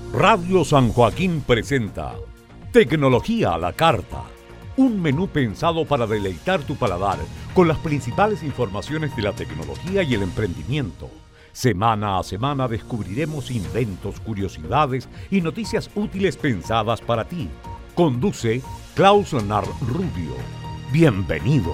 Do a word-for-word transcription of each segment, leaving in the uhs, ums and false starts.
Radio San Joaquín presenta Tecnología a la Carta, un menú pensado para deleitar tu paladar con las principales informaciones de la tecnología y el emprendimiento. Semana a semana descubriremos inventos, curiosidades y noticias útiles pensadas para ti. Conduce Klaus Narrubio. Bienvenidos.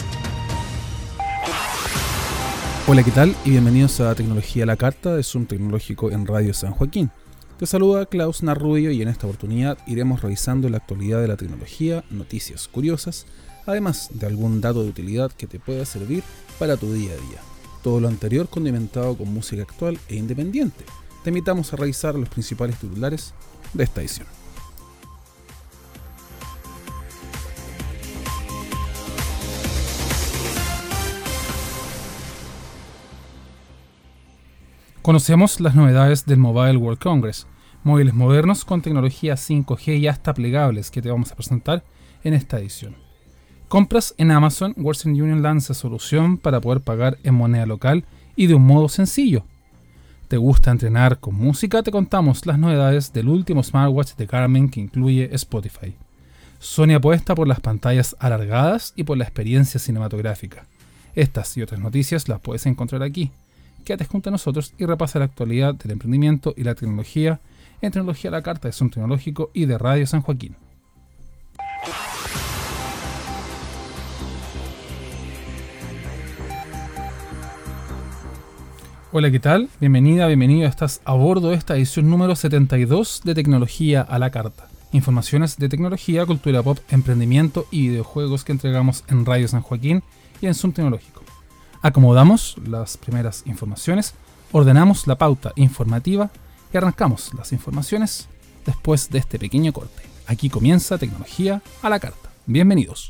Hola, ¿qué tal? Y bienvenidos a Tecnología a la Carta de Zoom Tecnológico en Radio San Joaquín. Te saluda Klaus Narrubio y en esta oportunidad iremos revisando la actualidad de la tecnología, noticias curiosas, además de algún dato de utilidad que te pueda servir para tu día a día. Todo lo anterior condimentado con música actual e independiente. Te invitamos a revisar los principales titulares de esta edición. Conocemos las novedades del Mobile World Congress, móviles modernos con tecnología cinco G y hasta plegables que te vamos a presentar en esta edición. Compras en Amazon, Western Union lanza solución para poder pagar en moneda local y de un modo sencillo. ¿Te gusta entrenar con música? Te contamos las novedades del último smartwatch de Garmin que incluye Spotify. Sony apuesta por las pantallas alargadas y por la experiencia cinematográfica. Estas y otras noticias las puedes encontrar aquí. Quédate junto a nosotros y repasa la actualidad del emprendimiento y la tecnología en Tecnología a la Carta de Zoom Tecnológico y de Radio San Joaquín. Hola, ¿qué tal? Bienvenida, bienvenido. Estás a bordo de esta edición número setenta y dos de Tecnología a la Carta. Informaciones de tecnología, cultura pop, emprendimiento y videojuegos que entregamos en Radio San Joaquín y en Zoom Tecnológico. Acomodamos las primeras informaciones, ordenamos la pauta informativa y arrancamos las informaciones después de este pequeño corte. Aquí comienza Tecnología a la Carta. Bienvenidos.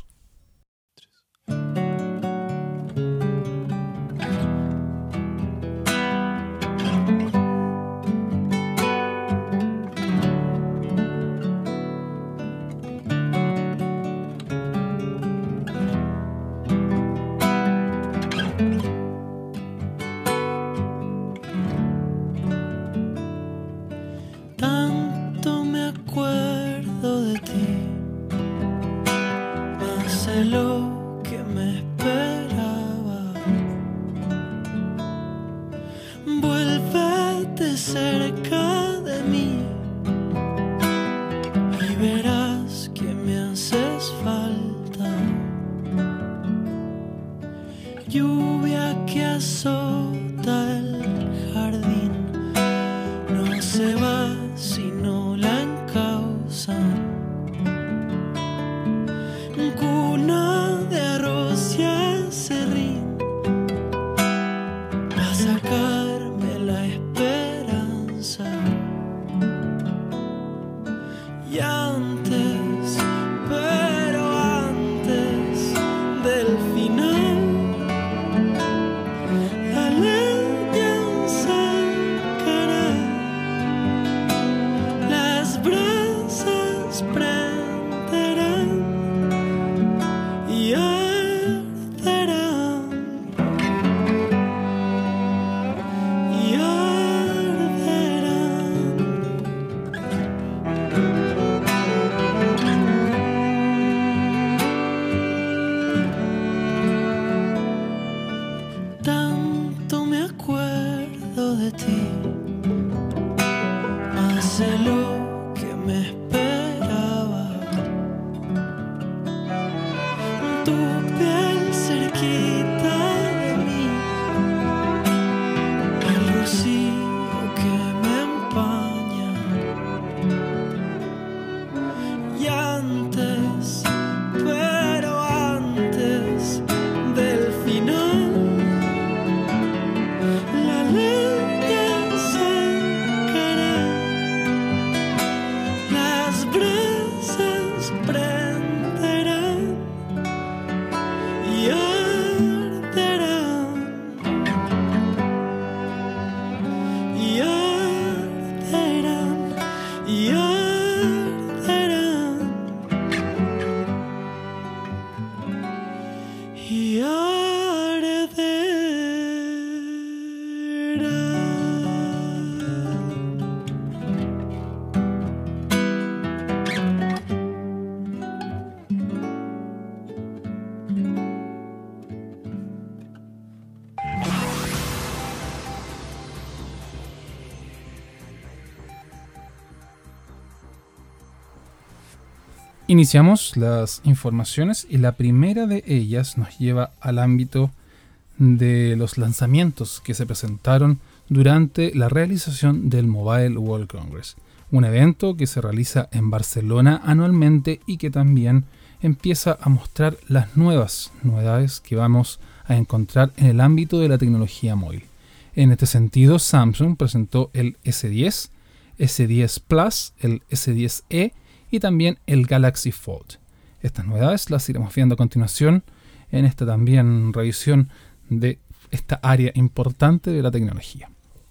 Iniciamos las informaciones y la primera de ellas nos lleva al ámbito de los lanzamientos que se presentaron durante la realización del Mobile World Congress, un evento que se realiza en Barcelona anualmente y que también empieza a mostrar las nuevas novedades que vamos a encontrar en el ámbito de la tecnología móvil. En este sentido, Samsung presentó el ese diez, ese diez Plus, el ese diez e y también el Galaxy Fold. Estas novedades las iremos viendo a continuación en esta también revisión de esta área importante de la tecnología.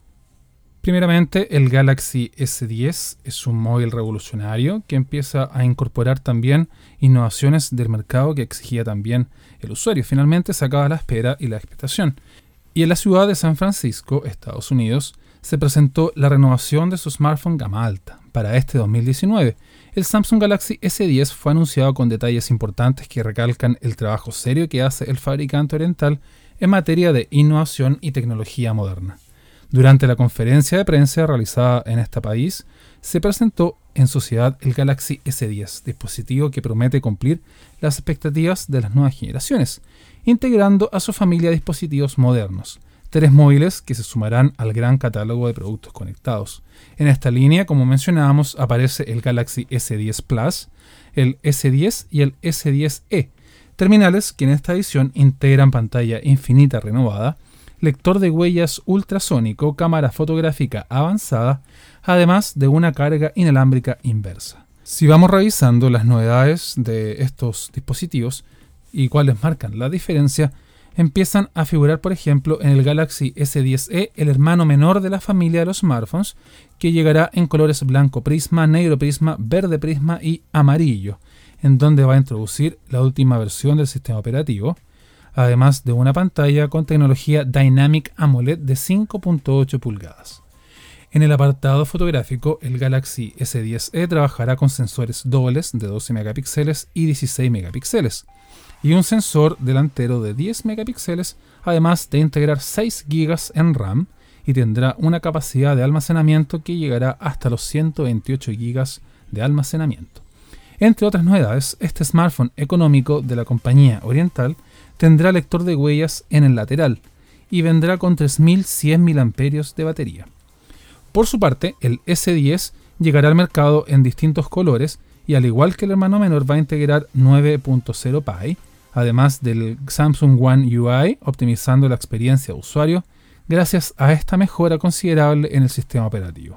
Primeramente, el Galaxy ese diez es un móvil revolucionario que empieza a incorporar también innovaciones del mercado que exigía también el usuario. Finalmente se acaba la espera y la expectación. Y en la ciudad de San Francisco, Estados Unidos, se presentó la renovación de su smartphone gama alta. Para este dos mil diecinueve, el Samsung Galaxy ese diez fue anunciado con detalles importantes que recalcan el trabajo serio que hace el fabricante oriental en materia de innovación y tecnología moderna. Durante la conferencia de prensa realizada en este país, se presentó en sociedad el Galaxy ese diez, dispositivo que promete cumplir las expectativas de las nuevas generaciones, integrando a su familia de dispositivos modernos, tres móviles que se sumarán al gran catálogo de productos conectados. En esta línea, como mencionábamos, aparece el Galaxy ese diez Plus, el ese diez y el ese diez e, terminales que en esta edición integran pantalla infinita renovada, lector de huellas ultrasónico, cámara fotográfica avanzada, además de una carga inalámbrica inversa. Si vamos revisando las novedades de estos dispositivos y cuáles marcan la diferencia, empiezan a figurar, por ejemplo, en el Galaxy ese diez e, el hermano menor de la familia de los smartphones, que llegará en colores blanco prisma, negro prisma, verde prisma y amarillo, en donde va a introducir la última versión del sistema operativo, además de una pantalla con tecnología Dynamic AMOLED de cinco punto ocho pulgadas. En el apartado fotográfico, el Galaxy ese diez e trabajará con sensores dobles de doce megapíxeles y dieciséis megapíxeles, y un sensor delantero de diez megapíxeles, además de integrar seis gigas en RAM, y tendrá una capacidad de almacenamiento que llegará hasta los ciento veintiocho gigas de almacenamiento. Entre otras novedades, este smartphone económico de la compañía oriental tendrá lector de huellas en el lateral y vendrá con tres mil cien miliamperios de batería. Por su parte, el ese diez llegará al mercado en distintos colores y, al igual que el hermano menor, va a integrar nueve punto cero Pi, además del Samsung One U I, optimizando la experiencia de usuario gracias a esta mejora considerable en el sistema operativo.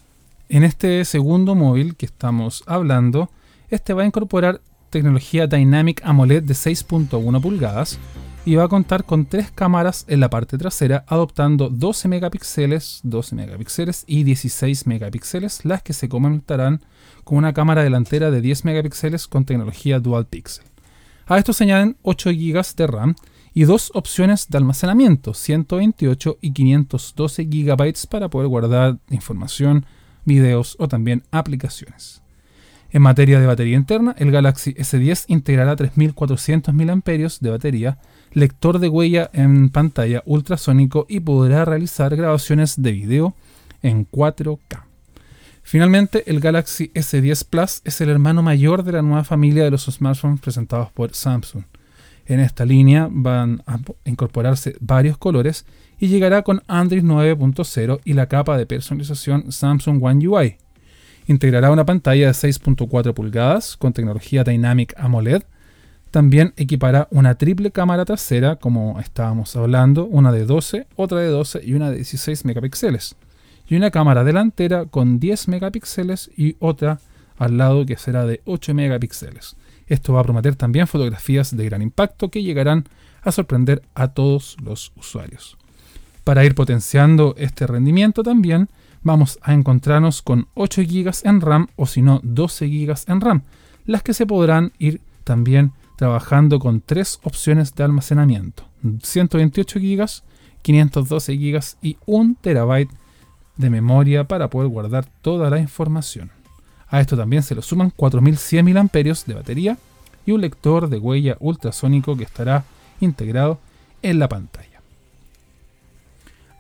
En este segundo móvil que estamos hablando, este va a incorporar tecnología Dynamic AMOLED de seis punto uno pulgadas y va a contar con tres cámaras en la parte trasera, adoptando doce megapíxeles, doce megapíxeles y dieciséis megapíxeles, las que se complementarán con una cámara delantera de diez megapíxeles con tecnología Dual Pixel. A esto se añaden ocho gigas de RAM y dos opciones de almacenamiento, ciento veintiocho y quinientos doce gigabytes, para poder guardar información, videos o también aplicaciones. En materia de batería interna, el Galaxy ese diez integrará tres mil cuatrocientos miliamperios de batería, lector de huella en pantalla ultrasónico y podrá realizar grabaciones de video en cuatro K. Finalmente, el Galaxy ese diez Plus es el hermano mayor de la nueva familia de los smartphones presentados por Samsung. En esta línea van a incorporarse varios colores y llegará con Android nueve punto cero y la capa de personalización Samsung One U I. Integrará una pantalla de seis punto cuatro pulgadas con tecnología Dynamic AMOLED. También equipará una triple cámara trasera, como estábamos hablando, una de doce, otra de doce y una de dieciséis megapíxeles. Y una cámara delantera con diez megapíxeles y otra al lado que será de ocho megapíxeles. Esto va a prometer también fotografías de gran impacto que llegarán a sorprender a todos los usuarios. Para ir potenciando este rendimiento también vamos a encontrarnos con ocho gigas en RAM o si no doce gigas en RAM, las que se podrán ir también trabajando con tres opciones de almacenamiento, ciento veintiocho gigas, quinientos doce gigas y un terabyte de memoria para poder guardar toda la información. A esto también se le suman cuatro mil cien miliamperios de batería y un lector de huella ultrasónico que estará integrado en la pantalla.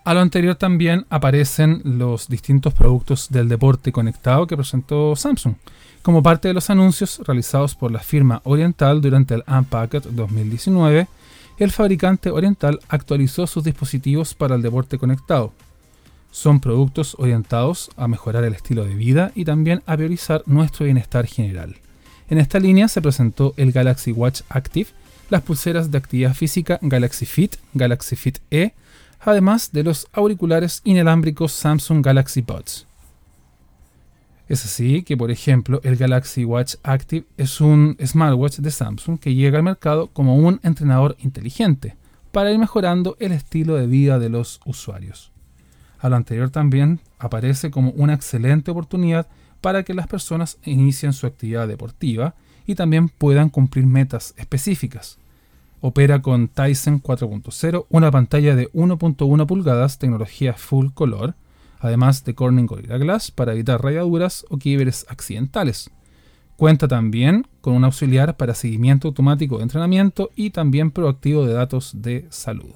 A lo anterior también aparecen los distintos productos del deporte conectado que presentó Samsung, como parte de los anuncios realizados por la firma Oriental durante el Unpacked dos mil diecinueve. El fabricante Oriental actualizó sus dispositivos para el deporte conectado. Son productos orientados a mejorar el estilo de vida y también a priorizar nuestro bienestar general. En esta línea se presentó el Galaxy Watch Active, las pulseras de actividad física Galaxy Fit, Galaxy Fit E, además de los auriculares inalámbricos Samsung Galaxy Buds. Es así que, por ejemplo, el Galaxy Watch Active es un smartwatch de Samsung que llega al mercado como un entrenador inteligente para ir mejorando el estilo de vida de los usuarios. A lo anterior también aparece como una excelente oportunidad para que las personas inicien su actividad deportiva y también puedan cumplir metas específicas. Opera con Tizen cuatro punto cero, una pantalla de uno punto uno pulgadas, tecnología full color, además de Corning Gorilla Glass para evitar rayaduras o quiebres accidentales. Cuenta también con un auxiliar para seguimiento automático de entrenamiento y también proactivo de datos de salud.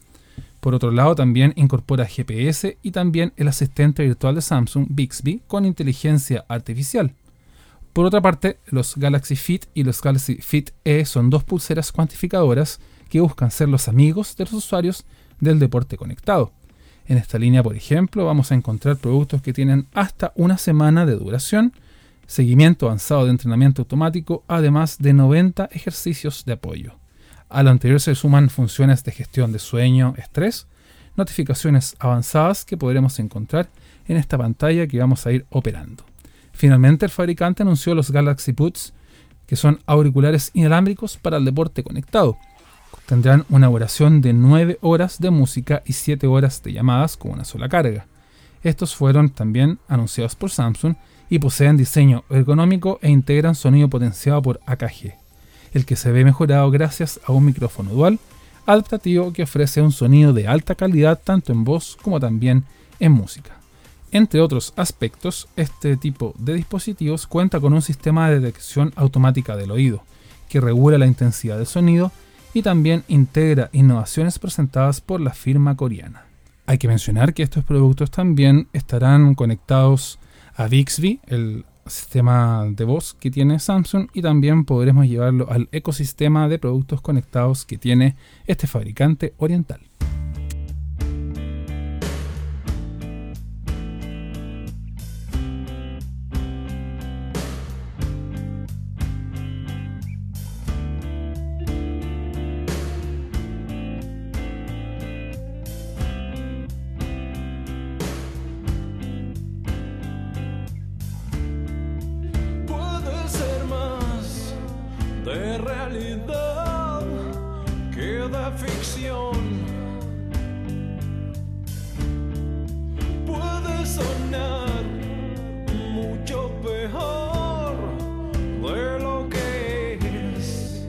Por otro lado, también incorpora G P S y también el asistente virtual de Samsung, Bixby, con inteligencia artificial. Por otra parte, los Galaxy Fit y los Galaxy Fit E son dos pulseras cuantificadoras que buscan ser los amigos de los usuarios del deporte conectado. En esta línea, por ejemplo, vamos a encontrar productos que tienen hasta una semana de duración, seguimiento avanzado de entrenamiento automático, además de noventa ejercicios de apoyo. A lo anterior se suman funciones de gestión de sueño, estrés, notificaciones avanzadas que podremos encontrar en esta pantalla que vamos a ir operando. Finalmente, el fabricante anunció los Galaxy Buds, que son auriculares inalámbricos para el deporte conectado. Tendrán una duración de nueve horas de música y siete horas de llamadas con una sola carga. Estos fueron también anunciados por Samsung y poseen diseño ergonómico e integran sonido potenciado por A K G, el que se ve mejorado gracias a un micrófono dual adaptativo que ofrece un sonido de alta calidad tanto en voz como también en música. Entre otros aspectos, este tipo de dispositivos cuenta con un sistema de detección automática del oído, que regula la intensidad del sonido y también integra innovaciones presentadas por la firma coreana. Hay que mencionar que estos productos también estarán conectados a Bixby, el sistema de voz que tiene Samsung, y también podremos llevarlo al ecosistema de productos conectados que tiene este fabricante oriental. De realidad que de ficción puede sonar mucho peor de lo que es.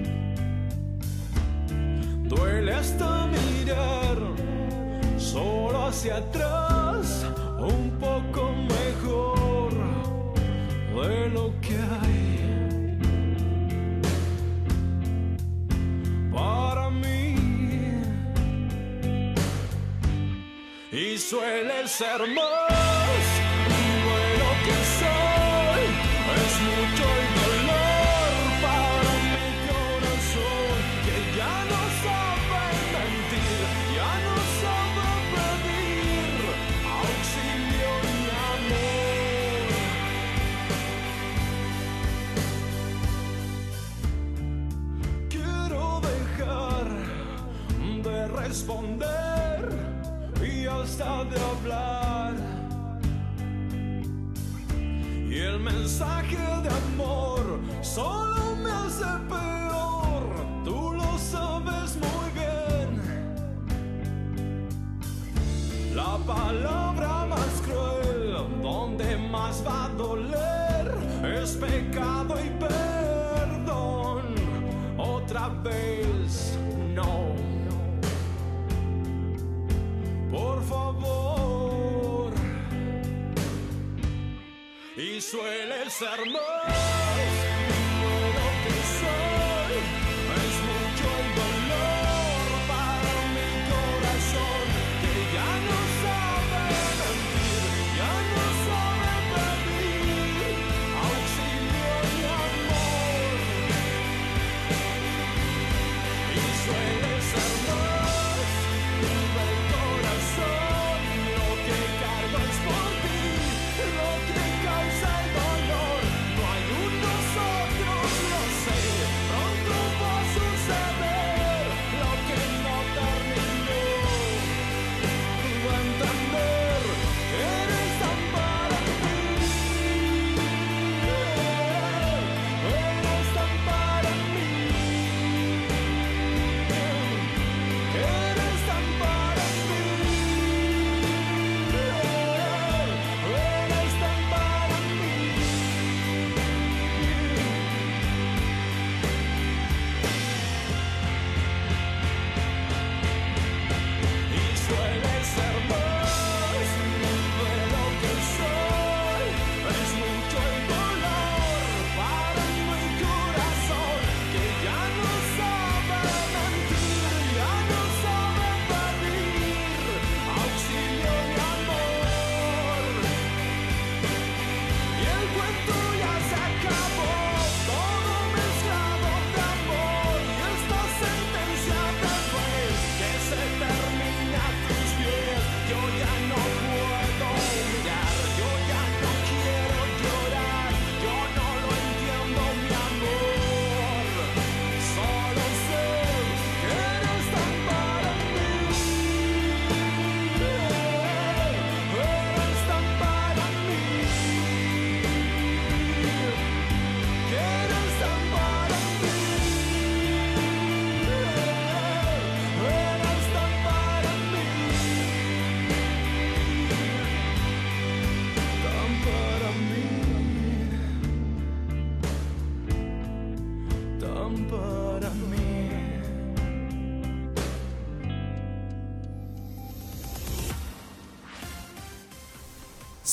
Duele hasta mirar solo hacia atrás, un poco mejor de lo que hay. Y suele ser más de lo que soy, es mucho el dolor para mi corazón, que ya no sabe mentir, ya no sabe pedir auxilio ni amor. Quiero dejar de responder y hasta de hablar, y el mensaje de amor solo me hace peor, tú lo sabes muy bien. La palabra más cruel, donde más va a doler, es pecado y perdón. Otra vez no, por favor. Y suele ser más de lo que soy, es mucho el dolor para mi corazón, que ya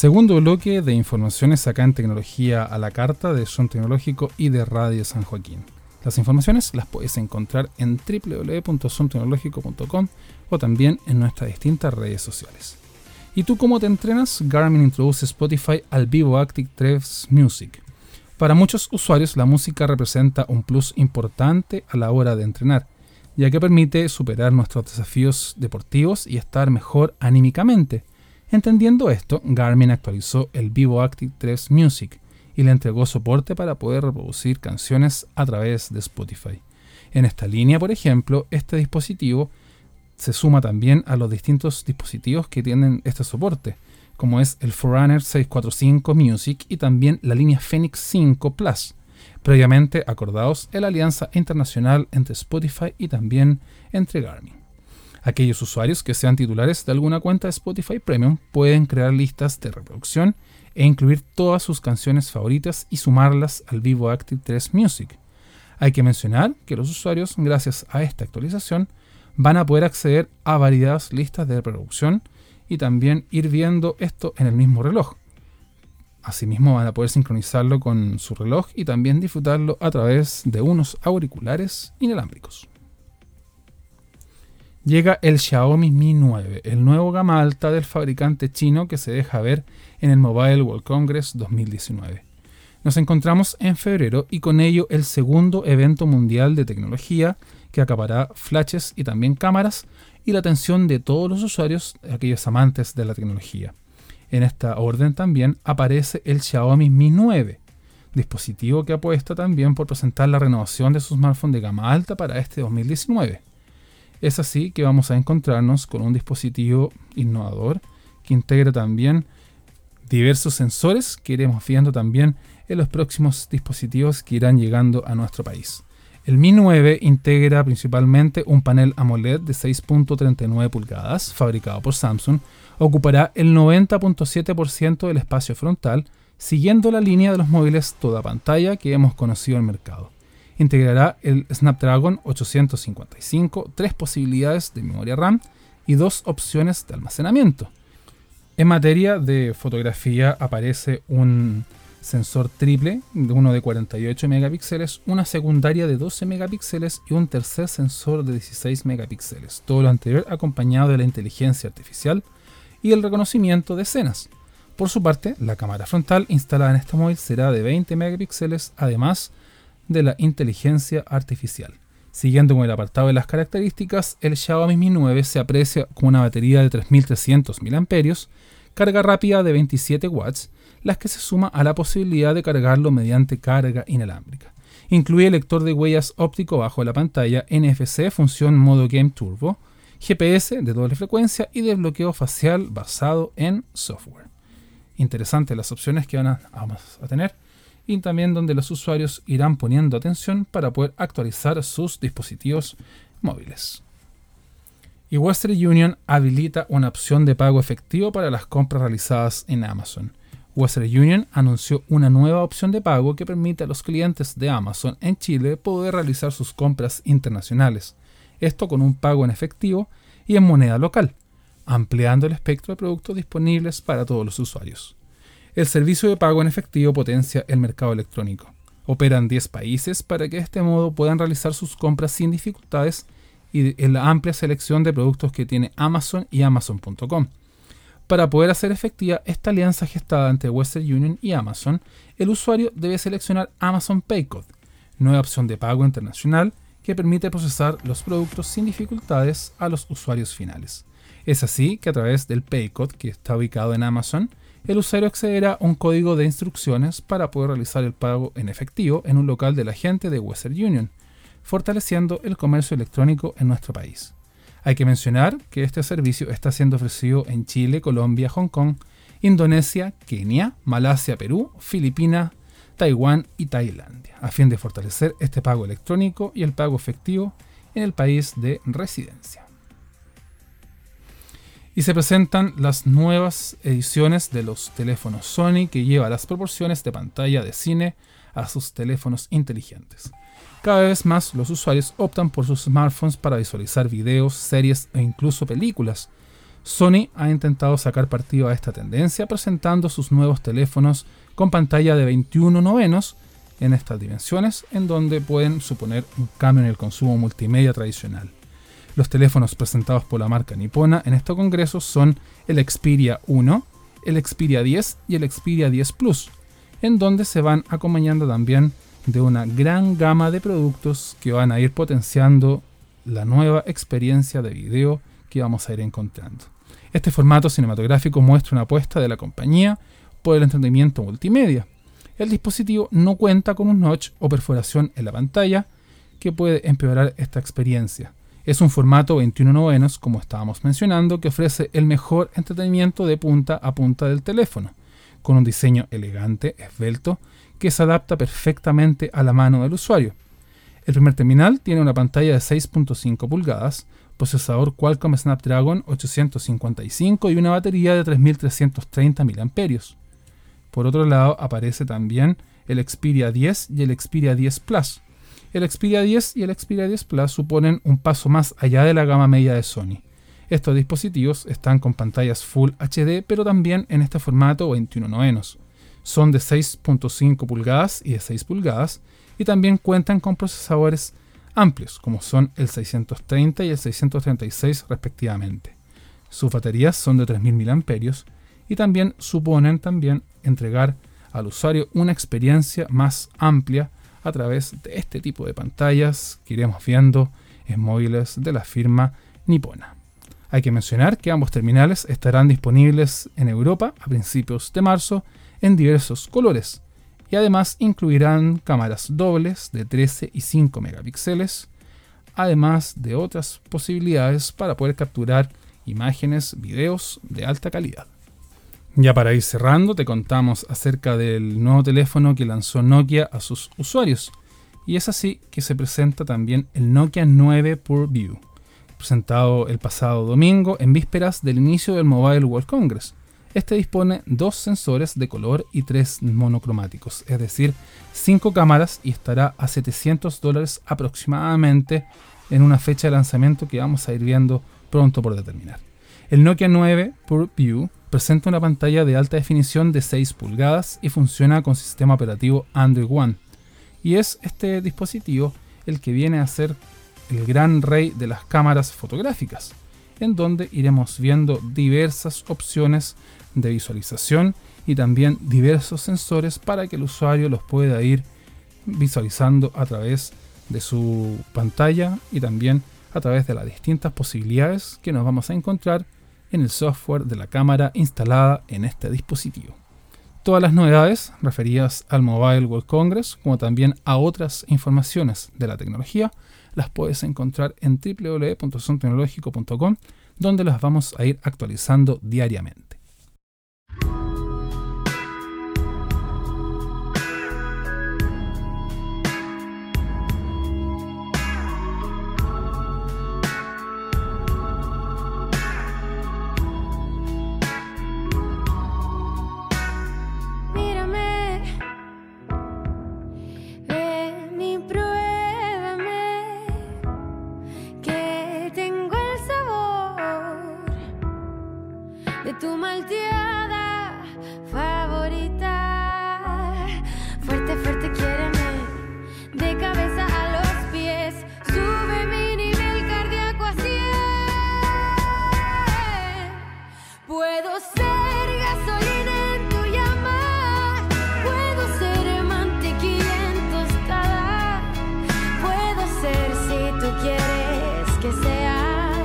Segundo bloque de informaciones acá en Tecnología a la Carta de Son Tecnológico y de Radio San Joaquín. Las informaciones las puedes encontrar en doble u doble u doble u punto son tecnológico punto com o también en nuestras distintas redes sociales. ¿Y tú cómo te entrenas? Garmin introduce Spotify al Vivo Active tres Music. Para muchos usuarios la música representa un plus importante a la hora de entrenar, ya que permite superar nuestros desafíos deportivos y estar mejor anímicamente. Entendiendo esto, Garmin actualizó el Vivo Active tres Music y le entregó soporte para poder reproducir canciones a través de Spotify. En esta línea, por ejemplo, este dispositivo se suma también a los distintos dispositivos que tienen este soporte, como es el Forerunner seiscientos cuarenta y cinco Music y también la línea Fenix cinco Plus, previamente acordados en la alianza internacional entre Spotify y también entre Garmin. Aquellos usuarios que sean titulares de alguna cuenta de Spotify Premium pueden crear listas de reproducción e incluir todas sus canciones favoritas y sumarlas al Vivo Active tres Music. Hay que mencionar que los usuarios, gracias a esta actualización, van a poder acceder a variadas listas de reproducción y también ir viendo esto en el mismo reloj. Asimismo van a poder sincronizarlo con su reloj y también disfrutarlo a través de unos auriculares inalámbricos. Llega el Xiaomi Mi nueve, el nuevo gama alta del fabricante chino que se deja ver en el Mobile World Congress dos mil diecinueve. Nos encontramos en febrero y con ello el segundo evento mundial de tecnología que acapará flashes y también cámaras y la atención de todos los usuarios, aquellos amantes de la tecnología. En esta orden también aparece el Xiaomi Mi nueve, dispositivo que apuesta también por presentar la renovación de su smartphone de gama alta para este dos mil diecinueve. Es así que vamos a encontrarnos con un dispositivo innovador que integra también diversos sensores que iremos viendo también en los próximos dispositivos que irán llegando a nuestro país. El Mi nueve integra principalmente un panel AMOLED de seis punto treinta y nueve pulgadas fabricado por Samsung. Ocupará el noventa punto siete por ciento del espacio frontal, siguiendo la línea de los móviles toda pantalla que hemos conocido en el mercado. Integrará el Snapdragon ochocientos cincuenta y cinco, tres posibilidades de memoria RAM y dos opciones de almacenamiento. En materia de fotografía aparece un sensor triple, uno de cuarenta y ocho megapíxeles, una secundaria de doce megapíxeles y un tercer sensor de dieciséis megapíxeles. Todo lo anterior acompañado de la inteligencia artificial y el reconocimiento de escenas. Por su parte, la cámara frontal instalada en este móvil será de veinte megapíxeles, además de la inteligencia artificial. Siguiendo con el apartado de las características, el Xiaomi Mi nueve se aprecia con una batería de tres mil trescientos miliamperios hora, carga rápida de veintisiete watts, las que se suma a la posibilidad de cargarlo mediante carga inalámbrica. Incluye lector de huellas óptico bajo la pantalla, N F C, función modo Game Turbo, G P S de doble frecuencia y desbloqueo facial basado en software. Interesantes las opciones que van a, vamos a tener y también donde los usuarios irán poniendo atención para poder actualizar sus dispositivos móviles. Y Western Union habilita una opción de pago efectivo para las compras realizadas en Amazon. Western Union anunció una nueva opción de pago que permite a los clientes de Amazon en Chile poder realizar sus compras internacionales, esto con un pago en efectivo y en moneda local, ampliando el espectro de productos disponibles para todos los usuarios. El servicio de pago en efectivo potencia el mercado electrónico. Opera en diez países para que de este modo puedan realizar sus compras sin dificultades y en la amplia selección de productos que tiene Amazon y Amazon punto com. Para poder hacer efectiva esta alianza gestada entre Western Union y Amazon, el usuario debe seleccionar Amazon Paycode, nueva opción de pago internacional que permite procesar los productos sin dificultades a los usuarios finales. Es así que a través del Paycode que está ubicado en Amazon, el usuario accederá a un código de instrucciones para poder realizar el pago en efectivo en un local del agente de Western Union, fortaleciendo el comercio electrónico en nuestro país. Hay que mencionar que este servicio está siendo ofrecido en Chile, Colombia, Hong Kong, Indonesia, Kenia, Malasia, Perú, Filipinas, Taiwán y Tailandia, a fin de fortalecer este pago electrónico y el pago efectivo en el país de residencia. Y se presentan las nuevas ediciones de los teléfonos Sony que lleva las proporciones de pantalla de cine a sus teléfonos inteligentes. Cada vez más los usuarios optan por sus smartphones para visualizar videos, series e incluso películas. Sony ha intentado sacar partido a esta tendencia presentando sus nuevos teléfonos con pantalla de veintiuno novenos en estas dimensiones, en donde pueden suponer un cambio en el consumo multimedia tradicional. Los teléfonos presentados por la marca nipona en este congreso son el Xperia uno, el Xperia diez y el Xperia diez Plus, en donde se van acompañando también de una gran gama de productos que van a ir potenciando la nueva experiencia de video que vamos a ir encontrando. Este formato cinematográfico muestra una apuesta de la compañía por el entretenimiento multimedia. El dispositivo no cuenta con un notch o perforación en la pantalla que puede empeorar esta experiencia. Es un formato veintiuno novenos, como estábamos mencionando, que ofrece el mejor entretenimiento de punta a punta del teléfono, con un diseño elegante, esbelto, que se adapta perfectamente a la mano del usuario. El primer terminal tiene una pantalla de seis punto cinco pulgadas, procesador Qualcomm Snapdragon ochocientos cincuenta y cinco y una batería de tres mil trescientos treinta miliamperios hora. Por otro lado, aparece también el Xperia diez y el Xperia diez Plus. El Xperia diez y el Xperia diez Plus suponen un paso más allá de la gama media de Sony. Estos dispositivos están con pantallas Full H D, pero también en este formato veintiuno novenos. Son de seis punto cinco pulgadas y de seis pulgadas, y también cuentan con procesadores amplios, como son el seiscientos treinta y el seiscientos treinta y seis respectivamente. Sus baterías son de tres mil miliamperios hora y también suponen también entregar al usuario una experiencia más amplia a través de este tipo de pantallas que iremos viendo en móviles de la firma nipona. Hay que mencionar que ambos terminales estarán disponibles en Europa a principios de marzo en diversos colores y además incluirán cámaras dobles de trece y cinco megapíxeles, además de otras posibilidades para poder capturar imágenes, videos de alta calidad. Ya para ir cerrando, te contamos acerca del nuevo teléfono que lanzó Nokia a sus usuarios, y es así que se presenta también el Nokia nueve PureView, presentado el pasado domingo en vísperas del inicio del Mobile World Congress. Este dispone dos sensores de color y tres monocromáticos, es decir, cinco cámaras, y estará a setecientos dólares aproximadamente en una fecha de lanzamiento que vamos a ir viendo pronto por determinar. El Nokia nueve PureView presenta una pantalla de alta definición de seis pulgadas y funciona con sistema operativo Android One. Y es este dispositivo el que viene a ser el gran rey de las cámaras fotográficas, en donde iremos viendo diversas opciones de visualización y también diversos sensores para que el usuario los pueda ir visualizando a través de su pantalla y también a través de las distintas posibilidades que nos vamos a encontrar en el software de la cámara instalada en este dispositivo. Todas las novedades referidas al Mobile World Congress, como también a otras informaciones de la tecnología, las puedes encontrar en doble u doble u doble u punto son tecnológico punto com, donde las vamos a ir actualizando diariamente. Tu malteada favorita, fuerte, fuerte, quiéreme, de cabeza a los pies, sube mi nivel cardíaco a cien. Puedo ser gasolina en tu llama, puedo ser mantequilla en tostada, puedo ser, si tú quieres que sea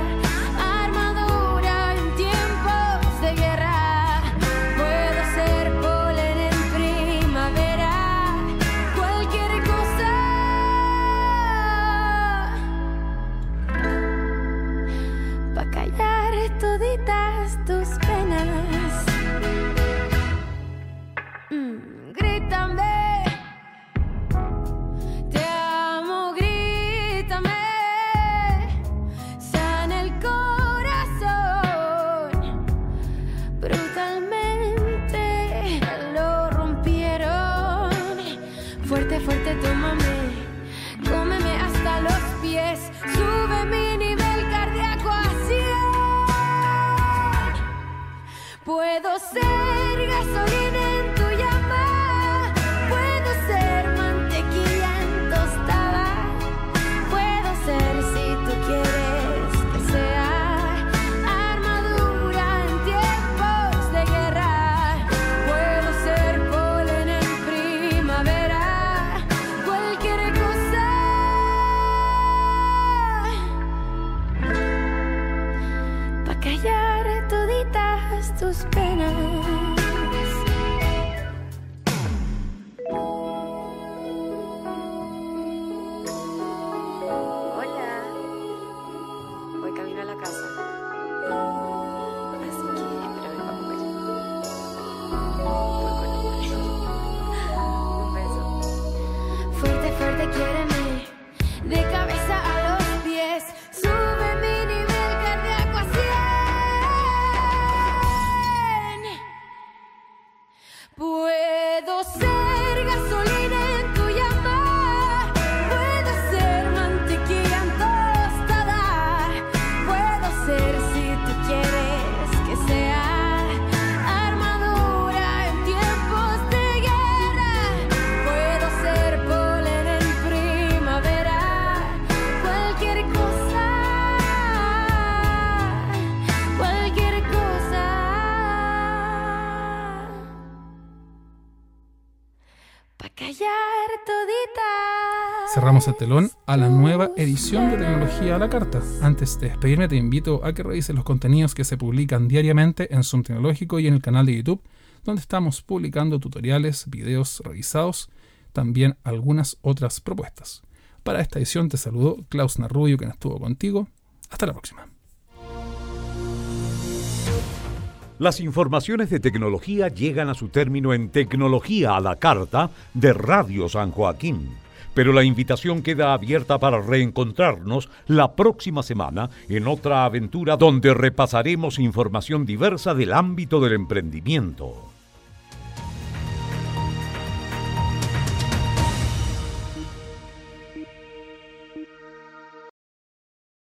tus penas. Mm, grítame, te amo, grítame, sana el corazón. Brutalmente lo rompieron. Fuerte, fuerte, tómame, cómeme hasta los pies, sube mi nivel cardíaco a cien. callar todita. Cerramos el telón a la nueva edición de Tecnología a la Carta. Antes de despedirme, te invito a que revises los contenidos que se publican diariamente en Zoom Tecnológico y en el canal de YouTube, donde estamos publicando tutoriales, videos revisados, también algunas otras propuestas. Para esta edición te saludo Klaus Narrubio, quien estuvo contigo. Hasta la próxima. Las informaciones de tecnología llegan a su término en Tecnología a la Carta de Radio San Joaquín. Pero la invitación queda abierta para reencontrarnos la próxima semana en otra aventura donde repasaremos información diversa del ámbito del emprendimiento.